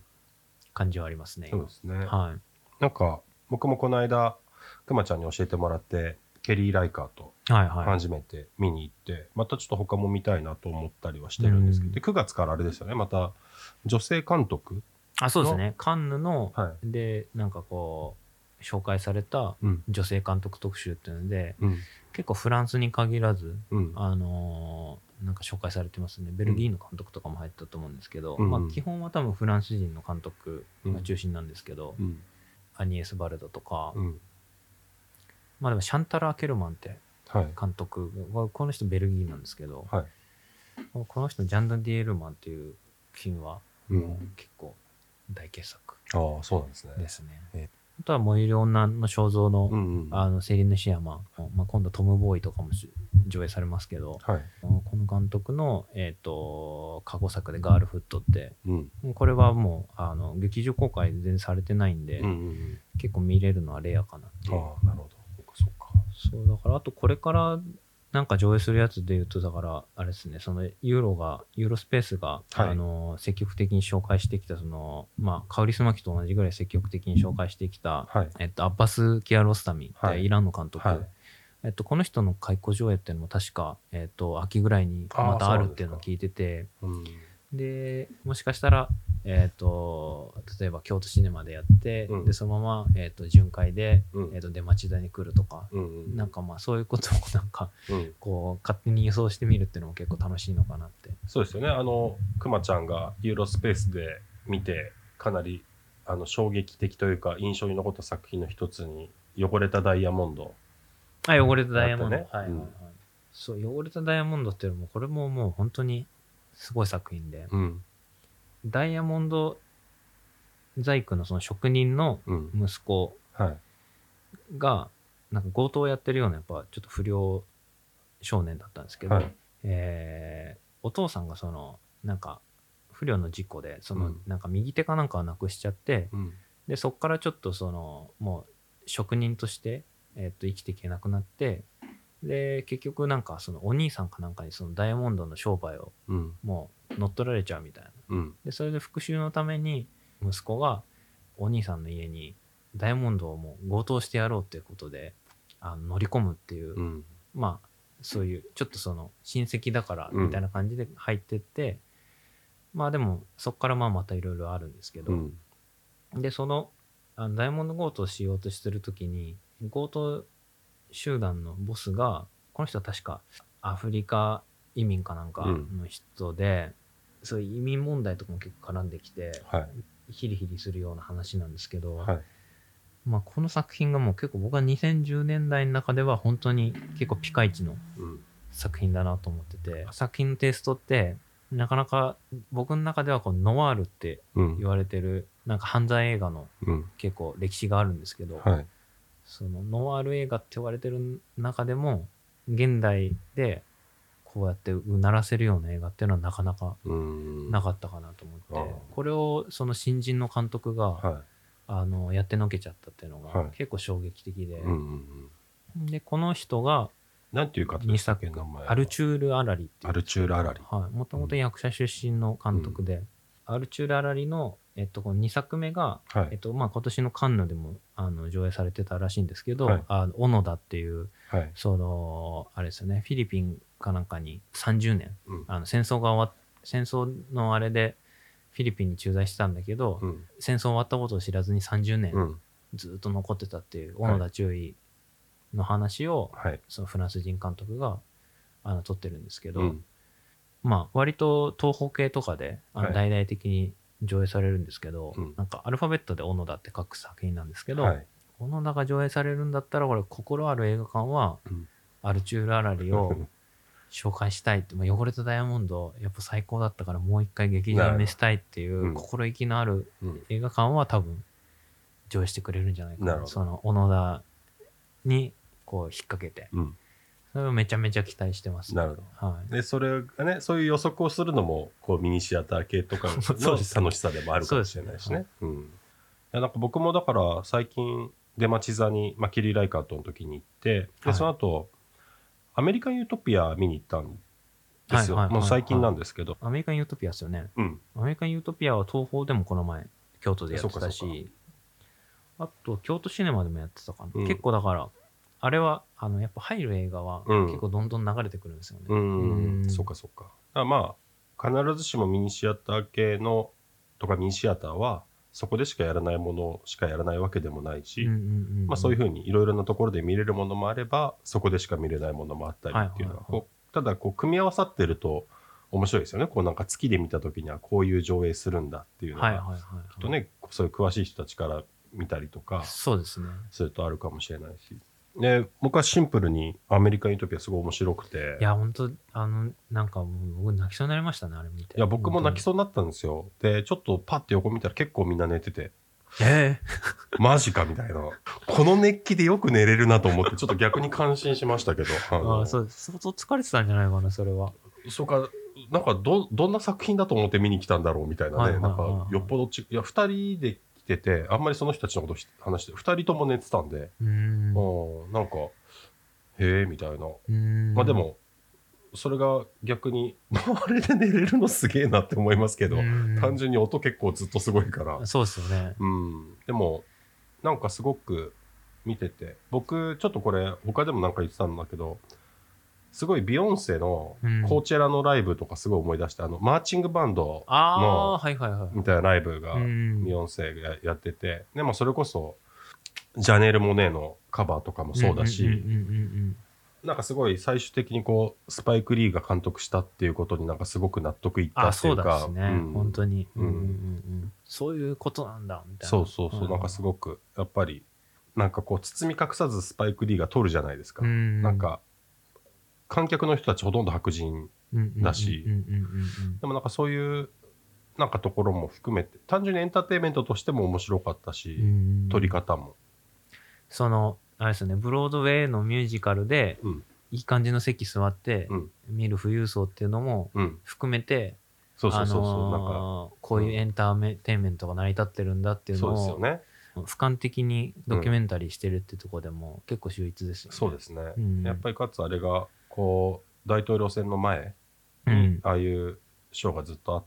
感じはありますね。 そうですね。 はい。 なんか僕もこの間くまちゃんに教えてもらってケリー・ライカーとはいはい。 初めて見に行って、またちょっと他も見たいなと思ったりはしてるんですけど、で9月からあれですよね、また女性監督あ、そうですね。カンヌの、 はで、なんかこう、紹介されたうん女性監督特集っていうので、 うん結構フランスに限らず、 うんなんか紹介されてますね。ベルギーの監督とかも入ったと思うんですけど、 うんまあ基本は多分フランス人の監督が中心なんですけど、 うんアニエス・バルドとか、 うんまあでもシャンタラ・アケルマンってはい監督、この人ベルギーなんですけど、 はいこの人ジャンヌ・ディエルマンっていうfilmはもう結構大傑作ああそうなんですねですね。 えあとは燃える女の肖像の、 うんうんセリヌ・シアマン、まあ、今度トム・ボーイとかも上映されますけど、 はいこの監督の、過去作でガールフットって、 うんこれはもう劇場公開全然されてないんで、 うん結構見れるのはレアかなっていう。 ああなるほどそうかそうだからあとこれからなんか上映するやつで言うと、だからあれですね、そのユーロスペースが、 はい積極的に紹介してきた、そのまあカウリスマキと同じぐらい積極的に紹介してきた、 はいアッバス・キアロスタミってイランの監督、 はいこの人の回顧上映っていうのも確か、秋ぐらいにまたあるっていうのを聞いてて、 うんでもしかしたら、例えば京都シネマでやって、 うんでそのまま、巡回で、 うん出町田に来るとか、 うんなんかまあそういうことをなんかうんこう勝手に予想してみるっていうのも結構楽しいのかなって。 そうですよねくまちゃんがユーロスペースで見てかなり衝撃的というか印象に残った作品の一つに汚れたダイヤモンドあ、汚れたダイヤモンド、 ねはいはいはい、そう汚れたダイヤモンドっていうのもこれももう本当にすごい作品で、ダイヤモンド細工のその職人の息子がなんか強盗をやってるようなやっぱちょっと不良少年だったんですけど、お父さんがそのなんか不慮の事故でそのなんか右手かなんかをなくしちゃって、でそこからちょっとそのもう職人として、生きていけなくなって、で結局なんかそのお兄さんかなんかにそのダイヤモンドの商売をもう乗っ取られちゃうみたいな、でそれで復讐のために息子がお兄さんの家にダイヤモンドをもう強盗してやろうっていうことで乗り込むっていう、まあそういうちょっとその親戚だからみたいな感じで入ってって、まあでもそこからまあまたいろいろあるんですけど、でそのダイヤモンド強盗をしようとしてる時に強盗集団のボスが、この人は確かアフリカ移民かなんかの人で、そういう移民問題とかも結構絡んできて、ヒリヒリするような話なんですけど、まあこの作品がもう結構僕は2010年代の中では本当に結構ピカイチの作品だなと思ってて、作品のテイストってなかなか僕の中ではこうノワールって言われてるなんか犯罪映画の結構歴史があるんですけど、そのノワール映画って言われてる中でも現代でこうやってうならせるような映画っていうのはなかなかなかったかなと思って、これをその新人の監督が、やってのけちゃったっていうのが結構衝撃的で、でこの人がなんていう方 2作アルチュール・アラリっていう、 アルチュール・アラリ、 もともと役者出身の監督で、アルチュール・アラリのこの2作目が、まあ、今年のカンヌでも上映されてたらしいんですけど、小野田っていう、そのあれですよね、フィリピンかなんかに30年、戦争のあれでフィリピンに駐在してたんだけど、戦争終わったことを知らずに30年ずっと残ってたっていう小野田中尉の話を、そのフランス人監督が撮ってるんですけど、 まあ割と東宝系とかで大々的に上映されるんですけど、なんかアルファベットで小野田って書く作品なんですけど、小野田が上映されるんだったらこれ心ある映画館は、アルチュール・アラリを紹介したいって、まあ、汚れたダイヤモンドやっぱ最高だったからもう一回劇場に見せたいっていう心意気のある映画館は多分上映してくれるんじゃないかな。その小野田にこう引っ掛けて、それをめちゃめちゃ期待してます、 ね。なるほど。はい、でそれがね、そういう予測をするのもこうミニシアター系とかの楽しさでもあるかもしれないしね。いやなんか僕もだから最近出町座に、まあ、キリ・ライカートの時に行って、でその後アメリカン・ユートピア見に行ったんですよ。もう最近なんですけど。 アメリカン・ユートピアですよね。アメリカン・ユートピアは東宝でもこの前京都でやってたし、あと京都シネマでもやってたかな。結構だからあれはやっぱ入る映画は結構どんどん流れてくるんですよね。 そうかそうか。まあ必ずしもミニシアター系のとかミニシアターはそこでしかやらないものしかやらないわけでもないし、まあそういうふうにいろいろなところで見れるものもあればそこでしか見れないものもあったりっていうのは、ただこう組み合わさってると面白いですよね。こうなんか月で見た時にはこういう上映するんだっていうのがきっとね、そういう詳しい人たちから見たりとかそうですね。 するとあるかもしれないし。で僕はシンプルにアメリカン・ユートピアすごい面白くて、 いや本当なんかもう僕泣きそうになりましたねあれ見て。 いや僕も泣きそうになったんですよ。でちょっとパッて横見たら結構みんな寝てて、マジかみたいな、この熱気でよく寝れるなと思ってちょっと逆に感心しましたけど、 そうです。相当疲れてたんじゃないかなそれは。 そうか、なんかどんな作品だと思って見に来たんだろうみたいなね、なんかよっぽどいや2人で来ててあんまりその人たちのこと話して2人とも寝てたんで、なんかへえみたいな。まあでもそれが逆にあれで寝れるのすげえなって思いますけど、単純に音結構ずっとすごいから。 そうですよね。 でもなんかすごく見てて、僕ちょっとこれ他でもなんか言ってたんだけど、すごいビヨンセのコーチェラのライブとかすごい思い出して、マーチングバンドのみたいなライブがビヨンセがやってて、でもそれこそジャネール・モネのカバーとかもそうだし、なんかすごい最終的にこうスパイク・リーが監督したっていうことになんかすごく納得いったっていうか、 そうですね、本当に、そういうことなんだみたいな。 そうなんかすごくやっぱりなんかこう包み隠さずスパイク・リーが撮るじゃないですか。なんか観客の人たちほとんど白人だし、でもなんかそういうなんかところも含めて単純にエンターテインメントとしても面白かったし、撮り方もそのあれですよね、ブロードウェイのミュージカルで、いい感じの席座って見る富裕層っていうのも含めて、こういうエンターテインメントが成り立ってるんだっていうのを俯瞰的にドキュメンタリーしてるっていうところでも結構秀逸ですよね。 そうですね、やっぱりかつあれがこう大統領選の前にああいうショーがずっとあって、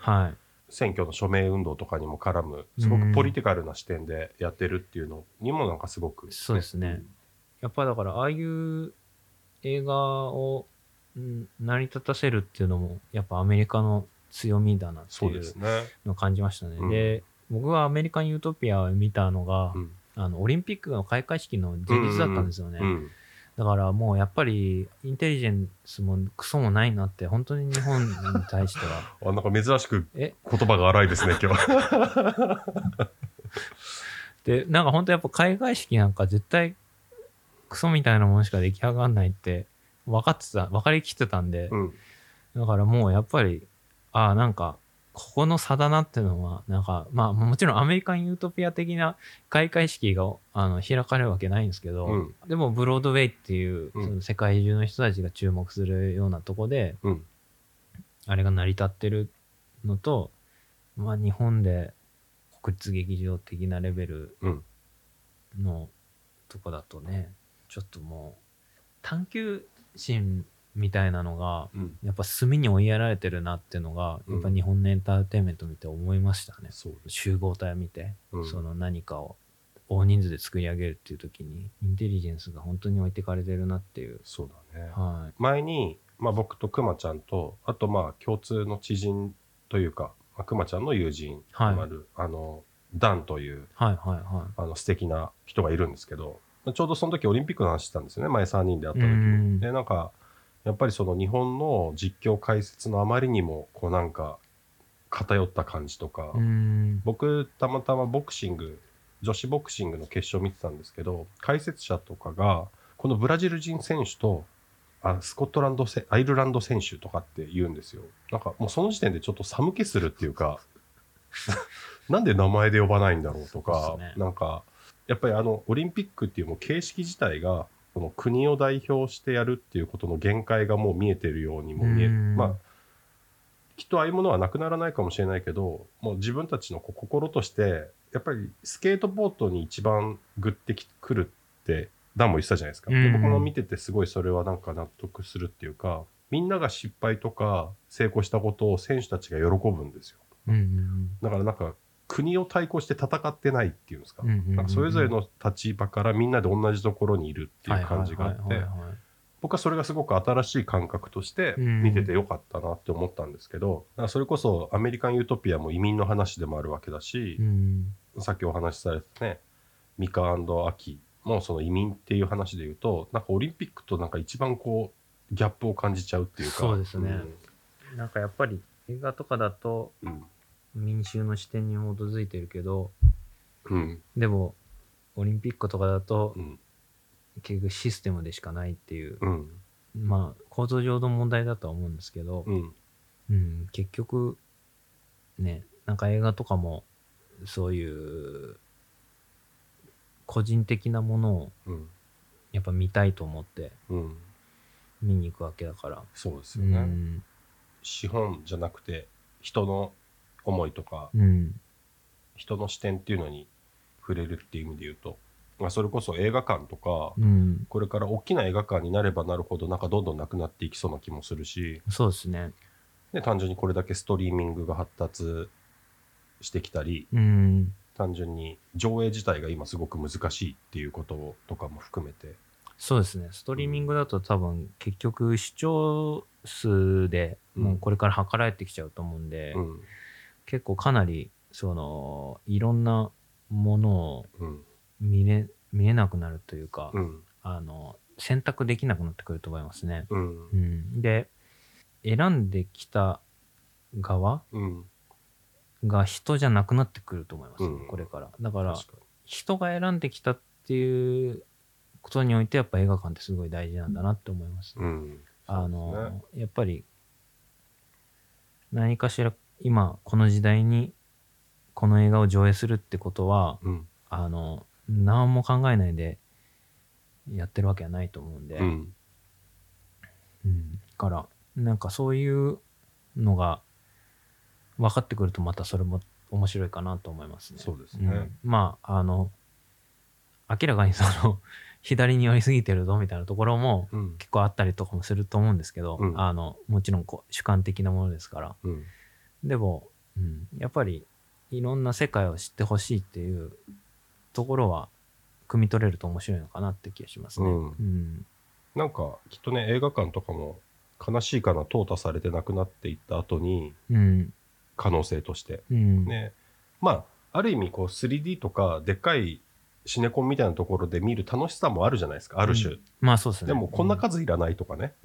選挙の署名運動とかにも絡むすごくポリティカルな視点でやってるっていうのにもなんかすごく、 そうですね、やっぱだからああいう映画を成り立たせるっていうのもやっぱアメリカの強みだなっていうのを感じましたね。で僕はアメリカン・ユートピアを見たのが、オリンピックの開会式の前日だったんですよね。だからもうやっぱりインテリジェンスもクソもないなって本当に日本に対してはなんか珍しく言葉が荒いですね今日でなんか本当やっぱ開会式なんか絶対クソみたいなものしか出来上がんないって分かりきってたんで、だからもうやっぱりなんかここの差だなっていうのはなんかまあもちろんアメリカン・ユートピア的な開会式が開かれるわけないんですけど、でもブロードウェイっていう、その世界中の人たちが注目するようなとこで、あれが成り立ってるのと、まあ日本で国立劇場的なレベルのとこだとね、ちょっともう探求心みたいなのが、やっぱ隅に追いやられてるなっていうのが、やっぱ日本のエンターテインメント見て思いましたね。集合体を見て、その何かを大人数で作り上げるっていう時にインテリジェンスが本当に置いてかれてるなっていう。 そうだね、前に、僕とくまちゃんとあと共通の知人というか、くまちゃんの友人でもある、ダンという、素敵な人がいるんですけど、ちょうどその時オリンピックの話したんですよね、前3人で会った時に。でなんかやっぱりその日本の実況解説のあまりにもこうなんか偏った感じとか、僕たまたま女子ボクシングの決勝見てたんですけど、解説者とかがこのブラジル人選手とアイルランド選手とかって言うんですよ。なんかもうその時点でちょっと寒気するっていうかなんで名前で呼ばないんだろうとか、ね、なんかやっぱりオリンピックっていうもう形式自体がこの国を代表してやるっていうことの限界がもう見えてるようにも見える。まあきっとああいうものはなくならないかもしれないけど、もう自分たちの心としてやっぱりスケートボードに一番グッてくるってダンも言ってたじゃないですか。で僕も見ててすごいそれはなんか納得するっていうか、みんなが失敗とか成功したことを選手たちが喜ぶんですよ。だからなんか国を対抗して戦ってないっていうんですか。なんかそれぞれの立場からみんなで同じところにいるっていう感じがあって、僕はそれがすごく新しい感覚として見ててよかったなって思ったんですけど、だからそれこそアメリカンユートピアも移民の話でもあるわけだし、さっきお話しされたね、ミカ&アキもその移民っていう話で言うと、なんかオリンピックとなんか一番こうギャップを感じちゃうっていうか。 そうですね。なんかやっぱり映画とかだと民衆の視点に基づいてるけど、でもオリンピックとかだと、結局システムでしかないっていう、まあ構造上の問題だとは思うんですけど、結局ね、なんか映画とかもそういう個人的なものをやっぱ見たいと思って見に行くわけだから。 そうですよね。資本じゃなくて人の思いとか、人の視点っていうのに触れるっていう意味で言うと、それこそ映画館とか、これから大きな映画館になればなるほどなんかどんどんなくなっていきそうな気もするし、 そうですね。 で単純にこれだけストリーミングが発達してきたり、単純に上映自体が今すごく難しいっていうこととかも含めて、 そうですね。ストリーミングだと多分結局視聴数でもうこれから測られてきちゃうと思うんで、結構かなりそのいろんなものを見れなくなるというか、選択できなくなってくると思いますね。で、選んできた側が人じゃなくなってくると思います、これから。だから人が選んできたっていうことにおいてやっぱ映画館ってすごい大事なんだなって思います。やっぱり何かしら今この時代にこの映画を上映するってことは、何も考えないでやってるわけはないと思うんで、だからなんかそういうのが分かってくるとまたそれも面白いかなと思いますね。 そうですね。 まあ明らかにその左に寄りすぎてるぞみたいなところも結構あったりとかもすると思うんですけど、もちろん主観的なものですから、でも、やっぱりいろんな世界を知ってほしいっていうところは汲み取れると面白いのかなって気がしますね。 なんかきっとね、映画館とかも悲しいかな、淘汰されてなくなっていった後に、可能性として、ね、まあある意味こう 3D とかでっかいシネコンみたいなところで見る楽しさもあるじゃないですか、ある種。 まあそうですね。 でもこんな数いらないとかね、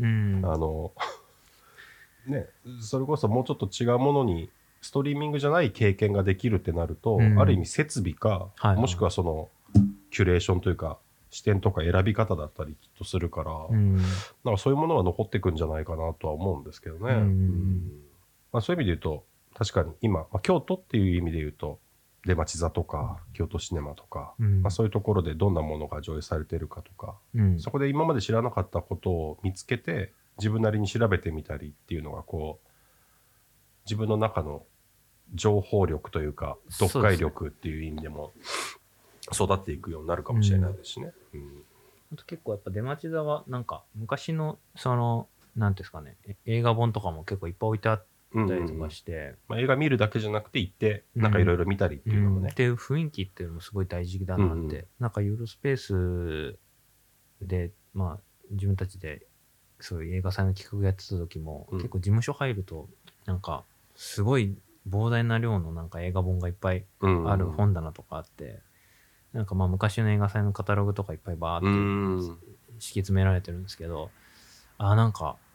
ね、それこそもうちょっと違うものにストリーミングじゃない経験ができるってなると、ある意味設備か、もしくはそのキュレーションというか視点とか選び方だったりきっとするから、なんかそういうものは残っていくんじゃないかなとは思うんですけどね。そういう意味で言うと確かに今、京都っていう意味で言うと出町座とか京都シネマとか、そういうところでどんなものが上映されてるかとか、そこで今まで知らなかったことを見つけて自分なりに調べてみたりっていうのがこう自分の中の情報力というか読解力っていう意味でも育っていくようになるかもしれないですしね。 結構やっぱ出町座はなんか昔のそのなんていうんですかね、映画本とかも結構いっぱい置いてあったりとかして、 映画見るだけじゃなくて行ってなんかいろいろ見たりっていうのもね、 っていう雰囲気っていうのもすごい大事だなって、なんかユーロスペースでまあ自分たちでそういう映画祭の企画やってた時も、結構事務所入るとなんかすごい膨大な量のなんか映画本がいっぱいある本棚とかあって、なんかまあ昔の映画祭のカタログとかいっぱいバーって敷き詰められてるんですけど、なんか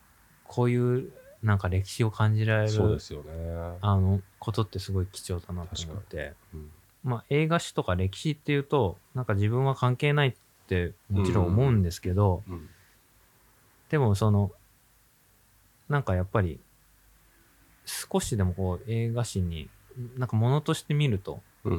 こういうなんか歴史を感じられるそうですよね。 ことってすごい貴重だなと思って、 うん、 まあ映画史とか歴史っていうとなんか自分は関係ないってもちろん思うんですけど、 うんうん、 でもなんかやっぱり少しでもこう映画史になんかものとして見ると、 うん、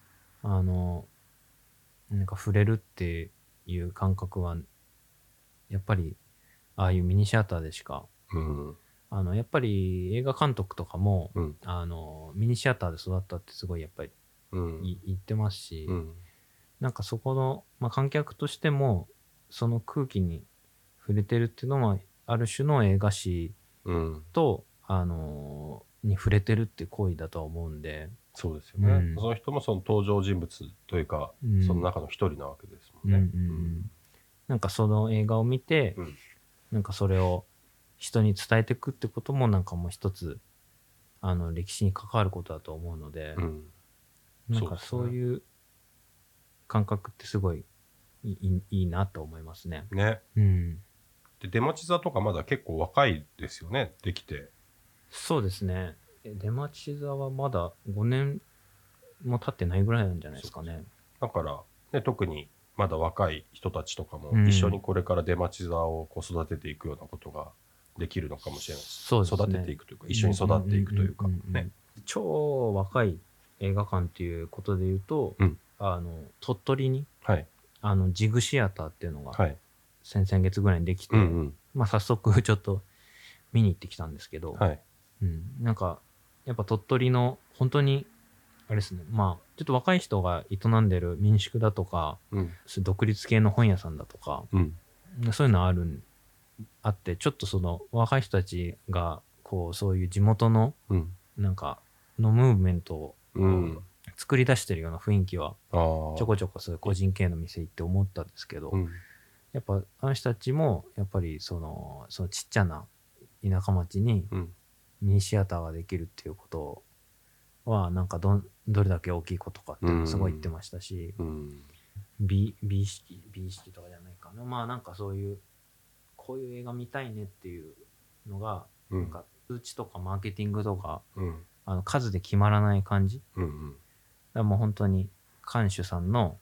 なんか触れるっていう感覚はやっぱりああいうミニシアターでしか、 うん、 やっぱり映画監督とかも、 うん、 ミニシアターで育ったってすごいやっぱり、 うん、 言ってますし、 うん、 なんかそこの、まあ、観客としてもその空気に触れてるっていうのはある種の映画史と、に触れてるっていう行為だとは思うんで。 そうですよね、うん、その人もその登場人物というか、うん、その中の一人なわけですもんね、うんうんうん、 なんかその映画を見て、うん、なんかそれを人に伝えていくってこともなんかもう一つ歴史に関わることだと思うので、うん、なんかそういう感覚ってすごいいいなと思いますね。 ね。うん。で出町座とかまだ結構若いですよね、できて。 そうですね。出町座はまだ5年も経ってないぐらいなんじゃないですかね。 だから、ね、特にまだ若い人たちとかも一緒にこれから出町座をこう育てていくようなことができるのかもしれないです。そうですね。育てていくというか、一緒に育っていくというか、ね。 超若い映画館っていうことで言うと、うん、鳥取に、はい、ジグシアターっていうのが、はい、先々月ぐらいにできて、うんうん、まあ早速ちょっと見に行ってきたんですけど、はい、うん、なんかやっぱ鳥取の本当にあれですね、まあちょっと若い人が営んでる民宿だとか、うん、独立系の本屋さんだとか、うん、そういうのあってちょっとその若い人たちがこうそういう地元のなんかのムーブメントを作り出してるような雰囲気はちょこちょこそういう個人系の店行って思ったんですけど、やっぱあの人たちもやっぱりそのちっちゃな田舎町にミニシアターができるっていうことはなんかどれだけ大きいことかってすごい言ってましたし、美意識とかじゃないかな、まあなんかそういうこういう映画見たいねっていうのが、なんか数値とかマーケティングとか、数で決まらない感じ、だからもう本当に監修さんの、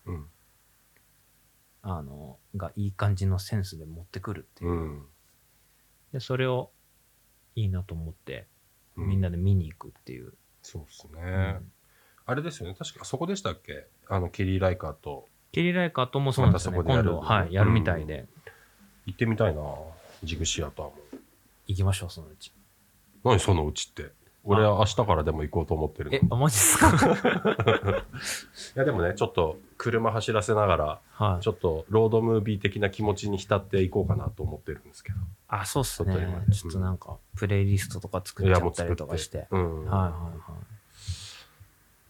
がいい感じのセンスで持ってくるっていう、でそれをいいなと思ってみんなで見に行くっていう、 そうですね、あれですよね、確かそこでしたっけ、ケリー・ライカーともそうなんですよね、今度やるみたいで、 行ってみたいな、ジグシアターも。 行きましょう、そのうち。 何そのうちって。俺は明日からでも行こうと思ってるの。マジっすかいやでもね、ちょっと車走らせながら、ちょっとロードムービー的な気持ちに浸っていこうかなと思ってるんですけど。 あ、そうっすね。ちょっとなんか、プレイリストとか作っちゃったりとかして。はいはいはい。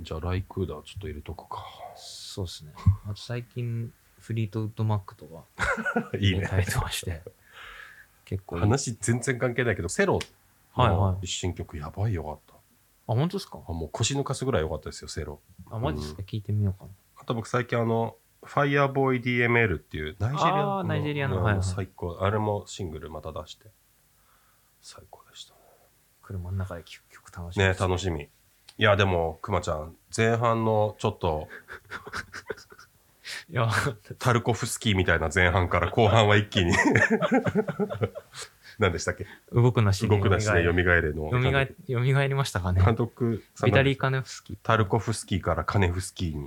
じゃあ、ライクーダーちょっと入れとくか。 そうっすね。あと最近、フリートウッドマックとかいいね。 書いてまして。結構いい。 話全然関係ないけど、セロの一新曲やばいよかった。 あ、本当ですか？ もう腰抜かすぐらいよかったですよ、セロ。 あ、マジですか？聞いてみようかな。 あと僕最近Fireboy DML っていうナイジェリアの最高。あれもシングルまた出して。最高でしたね。 車の中で聴く曲楽しみですね。ね、楽しみ。いや、でも、くまちゃん、前半のちょっと、 いやタルコフスキーみたいな前半から後半は一気に何でしたっけ、 動くなしで蘇れの蘇りましたかね、 監督ビタリー・カネフスキー、 タルコフスキーからカネフスキーに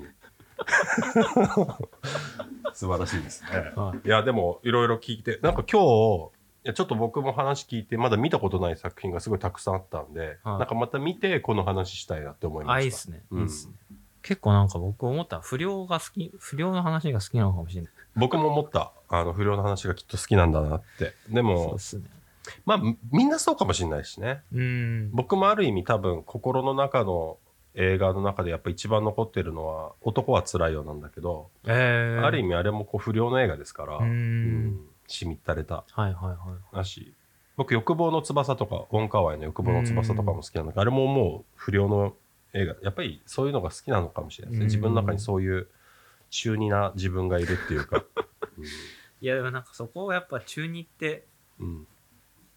素晴らしいですね、いやでもいろいろ聞いて、なんか今日ちょっと僕も話聞いてまだ見たことない作品がすごいたくさんあったんで、なんかまた見てこの話したいなって思いました。 いいっすね、いいっすね。結構なんか僕思った不良の話が好きなのかもしれない。 僕も思った。不良の話がきっと好きなんだなって。でも、 そうっすね。 まあ、みんなそうかもしれないしね。僕もある意味多分、心の中の映画の中でやっぱ一番残ってるのは、男は辛いよなんだけど、ある意味あれもこう不良の映画ですから、しみったれた。 はいはいはい。 だし、僕、欲望の翼とか、ウォンカワイの欲望の翼とかも好きなんだけど、あれももう不良の映画、やっぱりそういうのが好きなのかもしれないですね。自分の中にそういう中二な自分がいるっていうか。 いやでもなんかそこをやっぱ中二って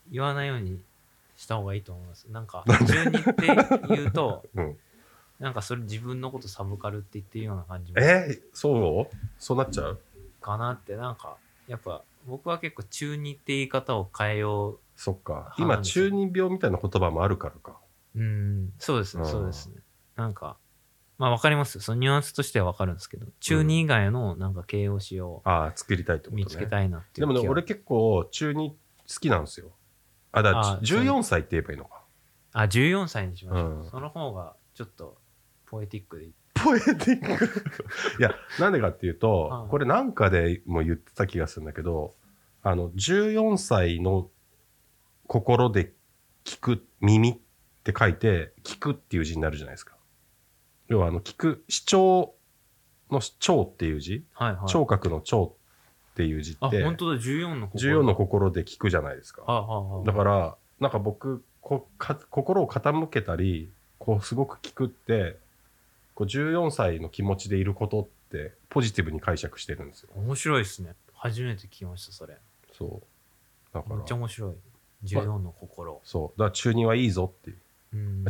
言わないようにした方がいいと思います。なんか中二って言うと、なんかそれ自分のことサブカルって言ってるような感じもそうなっちゃうかなって。なんかやっぱ僕は結構中二って言い方を変えよう。 そっか。今中二病みたいな言葉もあるからか。 そうですね、そうですね。なんかまあわかりますよ。そのニュアンスとしてはわかるんですけど、中二以外のなんか形容詞を作りたいってことね。 見つけたいなっていう。 でもね、俺結構中二好きなんですよ。だから14歳って言えばいいのか。 14歳にしましょう。その方がちょっとポエティックでいい。 ポエティックいや、なんでかっていうと、これなんかでも言ってた気がするんだけど、14歳の心で聞く、耳って書いて、聞くっていう字になるじゃないですか。要は聞く、視聴の聴っていう字、聴覚の聴っていう字って、 本当だ、14の心。14の心で聞くじゃないですか。だから、なんか僕、心を傾けたり、すごく聞くって、14歳の気持ちでいることってポジティブに解釈してるんですよ。 面白いですね。初めて聞きました、それ。 そう。だから。 めっちゃ面白い。14の心。 そう。だから中2はいいぞっていう。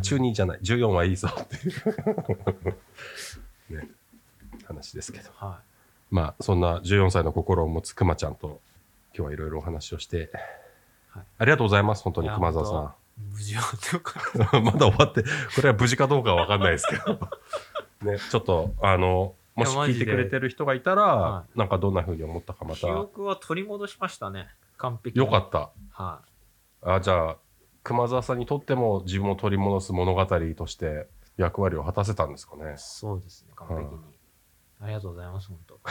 中2じゃない。14はいいぞっていうね、話ですけど。まあ、そんな14歳の心を持つくまちゃんと今日はいろいろお話をして、ありがとうございます。本当に熊澤さん。 無事終わってよかった。 まだ終わって、これは無事かどうかはわかんないですけど。ね、ちょっと、もし聞いてくれてる人がいたら、なんかどんな風に思ったかまた。記憶は取り戻しましたね。完璧に。よかった。じゃあ、熊澤さんにとっても自分を取り戻す物語として役割を果たせたんですかね。 そうですね、完璧に。ありがとうございます、本当。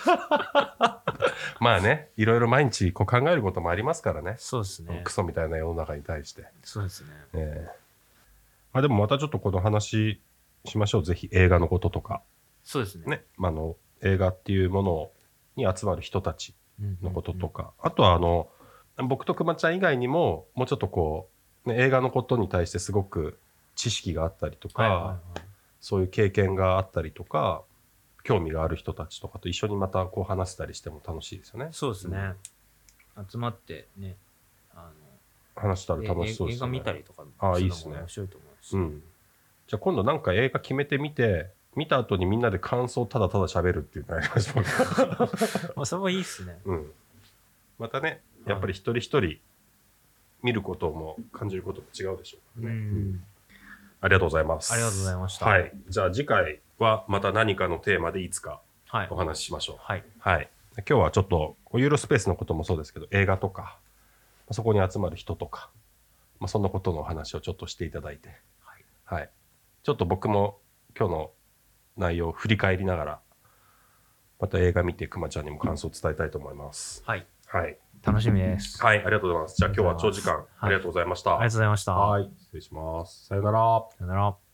まあね、いろいろ毎日考えることもありますからね。 そうですね。 クソみたいな世の中に対して。 そうですね。でもまたちょっとこの話しましょう。ぜひ映画のこととか。 そうですね。 映画っていうものに集まる人たちのこととか。あとは僕とくまちゃん以外にも、もうちょっと映画のことに対してすごく知識があったりとか、そういう経験があったりとか、興味がある人たちとかと一緒にまた話したりしても楽しいですよね。 そうですね。集まってね、 話したら楽しそうですね。 映画見たりとかいいですね。 面白いと思うし。 じゃあ今度なんか映画決めてみて、見た後にみんなで感想をただただ喋るっていうのやりましょう。 それもいいっすね。 またね、やっぱり一人一人見ることも感じることも違うでしょうね。ありがとうございます。 ありがとうございました。 はい。じゃあ次回はまた何かのテーマでいつかお話ししましょう。 はい。 今日はちょっとユーロスペースのこともそうですけど、映画とか、そこに集まる人とか、そんなことのお話をちょっとしていただいて、ちょっと僕も今日の内容を振り返りながら、また映画見てくまちゃんにも感想を伝えたいと思います。 楽しみです。 ありがとうございます。じゃあ今日は長時間ありがとうございました。 ありがとうございました。 失礼します。さよなら。 さよなら。